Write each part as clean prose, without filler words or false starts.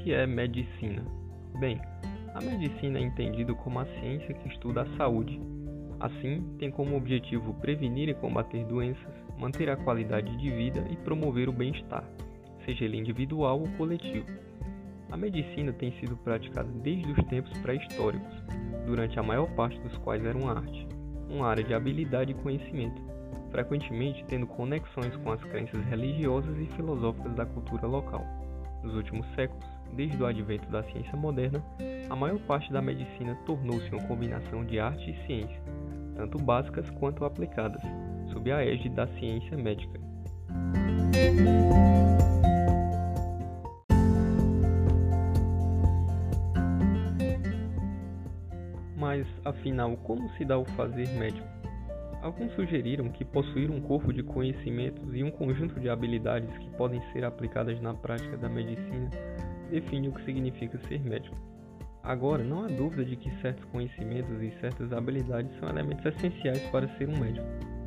que é medicina? Bem, a medicina é entendida como a ciência que estuda a saúde. Assim, tem como objetivo prevenir e combater doenças, manter a qualidade de vida e promover o bem-estar, seja ele individual ou coletivo. A medicina tem sido praticada desde os tempos pré-históricos, durante a maior parte dos quais era uma arte, uma área de habilidade e conhecimento, frequentemente tendo conexões com as crenças religiosas e filosóficas da cultura local. Nos últimos séculos, desde o advento da ciência moderna, a maior parte da medicina tornou-se uma combinação de arte e ciência, tanto básicas quanto aplicadas, sob a égide da ciência médica. Mas, afinal, como se dá o fazer médico? Alguns sugeriram que possuir um corpo de conhecimentos e um conjunto de habilidades que podem ser aplicadas na prática da medicina define o que significa ser médico. Agora, não há dúvida de que certos conhecimentos e certas habilidades são elementos essenciais para ser um médico.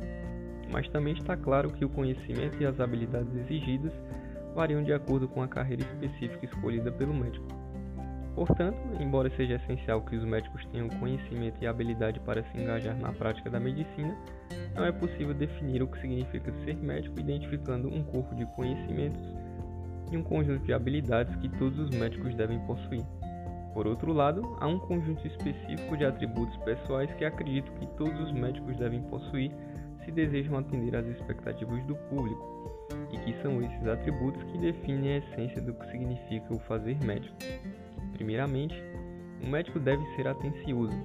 Mas também está claro que o conhecimento e as habilidades exigidas variam de acordo com a carreira específica escolhida pelo médico. Portanto, embora seja essencial que os médicos tenham conhecimento e habilidade para se engajar na prática da medicina, não é possível definir o que significa ser médico identificando um corpo de conhecimentos e um conjunto de habilidades que todos os médicos devem possuir. Por outro lado, há um conjunto específico de atributos pessoais que acredito que todos os médicos devem possuir se desejam atender às expectativas do público, e que são esses atributos que definem a essência do que significa o fazer médico. Primeiramente, um médico deve ser atencioso.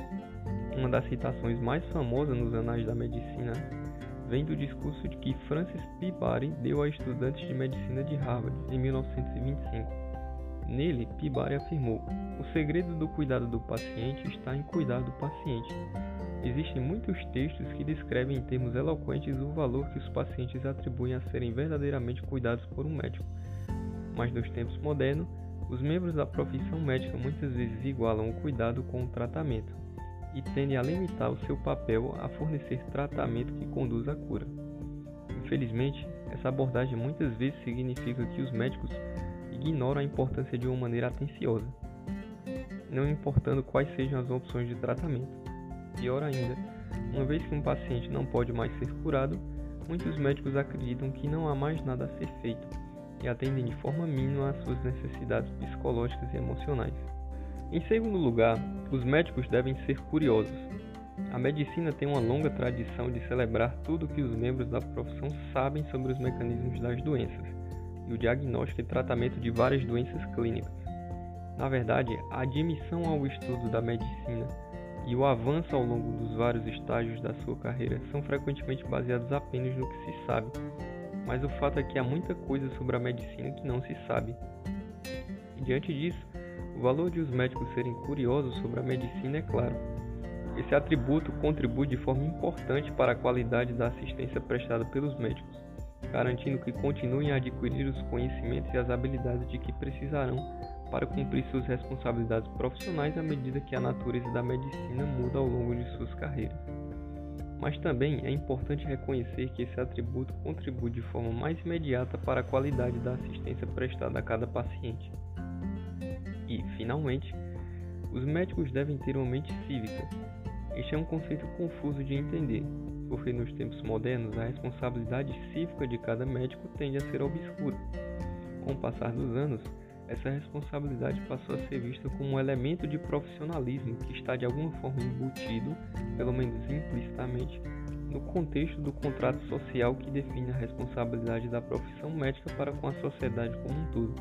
Uma das citações mais famosas nos anais da medicina vem do discurso que Francis Peabody deu a estudantes de medicina de Harvard em 1925. Nele, Peabody afirmou: "O segredo do cuidado do paciente está em cuidar do paciente." Existem muitos textos que descrevem em termos eloquentes o valor que os pacientes atribuem a serem verdadeiramente cuidados por um médico. Mas nos tempos modernos, os membros da profissão médica muitas vezes igualam o cuidado com o tratamento e tendem a limitar o seu papel a fornecer tratamento que conduz à cura. Infelizmente, essa abordagem muitas vezes significa que os médicos ignoram a importância de uma maneira atenciosa, não importando quais sejam as opções de tratamento. Pior ainda, uma vez que um paciente não pode mais ser curado, muitos médicos acreditam que não há mais nada a ser feito e atendem de forma mínima às suas necessidades psicológicas e emocionais. Em segundo lugar, os médicos devem ser curiosos. A medicina tem uma longa tradição de celebrar tudo o que os membros da profissão sabem sobre os mecanismos das doenças e o diagnóstico e tratamento de várias doenças clínicas. Na verdade, a admissão ao estudo da medicina e o avanço ao longo dos vários estágios da sua carreira são frequentemente baseados apenas no que se sabe, mas o fato é que há muita coisa sobre a medicina que não se sabe. E diante disso, o valor de os médicos serem curiosos sobre a medicina é claro. Esse atributo contribui de forma importante para a qualidade da assistência prestada pelos médicos, garantindo que continuem a adquirir os conhecimentos e as habilidades de que precisarão para cumprir suas responsabilidades profissionais à medida que a natureza da medicina muda ao longo de suas carreiras. Mas também é importante reconhecer que esse atributo contribui de forma mais imediata para a qualidade da assistência prestada a cada paciente. E, finalmente, os médicos devem ter uma mente cívica. Este é um conceito confuso de entender, porque nos tempos modernos a responsabilidade cívica de cada médico tende a ser obscura. Com o passar dos anos, essa responsabilidade passou a ser vista como um elemento de profissionalismo que está de alguma forma embutido, pelo menos implicitamente, no contexto do contrato social que define a responsabilidade da profissão médica para com a sociedade como um todo.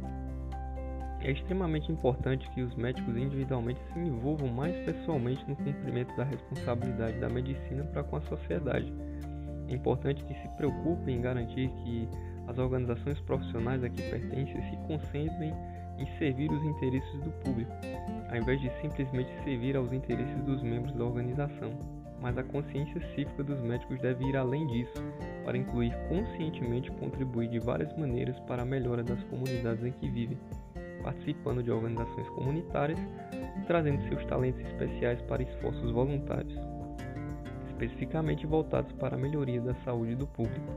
É extremamente importante que os médicos individualmente se envolvam mais pessoalmente no cumprimento da responsabilidade da medicina para com a sociedade. É importante que se preocupem em garantir que as organizações profissionais a que pertencem se concentrem em servir os interesses do público, ao invés de simplesmente servir aos interesses dos membros da organização. Mas a consciência cívica dos médicos deve ir além disso, para incluir conscientemente contribuir de várias maneiras para a melhora das comunidades em que vivem, participando de organizações comunitárias e trazendo seus talentos especiais para esforços voluntários, especificamente voltados para a melhoria da saúde do público.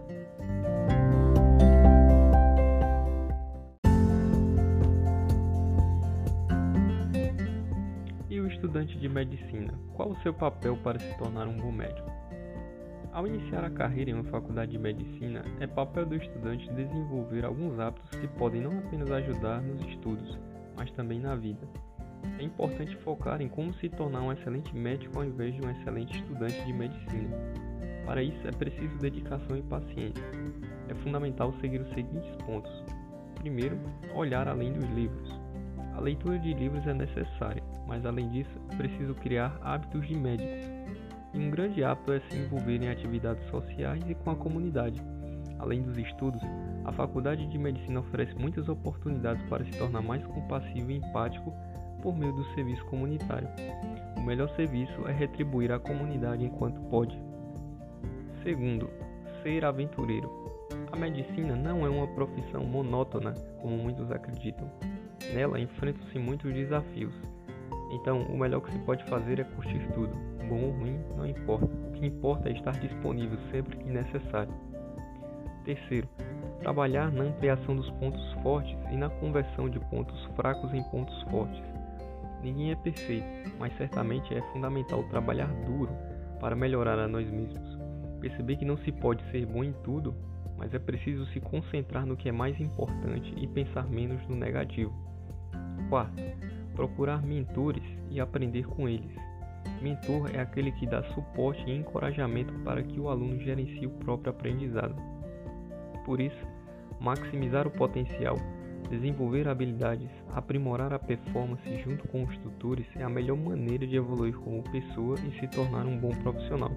de medicina. Qual o seu papel para se tornar um bom médico? Ao iniciar a carreira em uma faculdade de medicina, é papel do estudante desenvolver alguns hábitos que podem não apenas ajudar nos estudos, mas também na vida. É importante focar em como se tornar um excelente médico ao invés de um excelente estudante de medicina. Para isso é preciso dedicação e paciência. É fundamental seguir os seguintes pontos. Primeiro, olhar além dos livros. A leitura de livros é necessária, mas além disso, é preciso criar hábitos de médicos. E um grande hábito é se envolver em atividades sociais e com a comunidade. Além dos estudos, a Faculdade de Medicina oferece muitas oportunidades para se tornar mais compassivo e empático por meio do serviço comunitário. O melhor serviço é retribuir à comunidade enquanto pode. Segundo, ser aventureiro. A medicina não é uma profissão monótona, como muitos acreditam. Nela enfrentam-se muitos desafios. Então, o melhor que se pode fazer é curtir tudo. Bom ou ruim, não importa. O que importa é estar disponível sempre que necessário. Terceiro, trabalhar na ampliação dos pontos fortes e na conversão de pontos fracos em pontos fortes. Ninguém é perfeito, mas certamente é fundamental trabalhar duro para melhorar a nós mesmos. Perceber que não se pode ser bom em tudo, mas é preciso se concentrar no que é mais importante e pensar menos no negativo. Quarto, procurar mentores e aprender com eles. Mentor é aquele que dá suporte e encorajamento para que o aluno gerencie o próprio aprendizado. Por isso, maximizar o potencial, desenvolver habilidades, aprimorar a performance junto com os tutores é a melhor maneira de evoluir como pessoa e se tornar um bom profissional.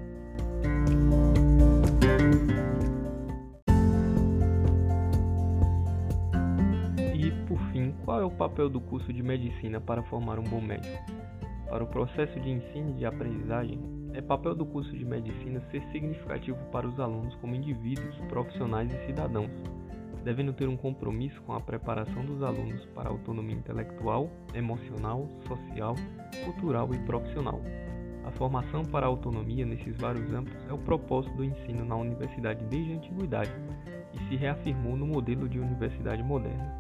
E, por fim, qual é o papel do curso de medicina para formar um bom médico? Para o processo de ensino e de aprendizagem, é papel do curso de medicina ser significativo para os alunos como indivíduos, profissionais e cidadãos, devendo ter um compromisso com a preparação dos alunos para a autonomia intelectual, emocional, social, cultural e profissional. A formação para a autonomia nesses vários âmbitos é o propósito do ensino na universidade desde a antiguidade e se reafirmou no modelo de universidade moderna.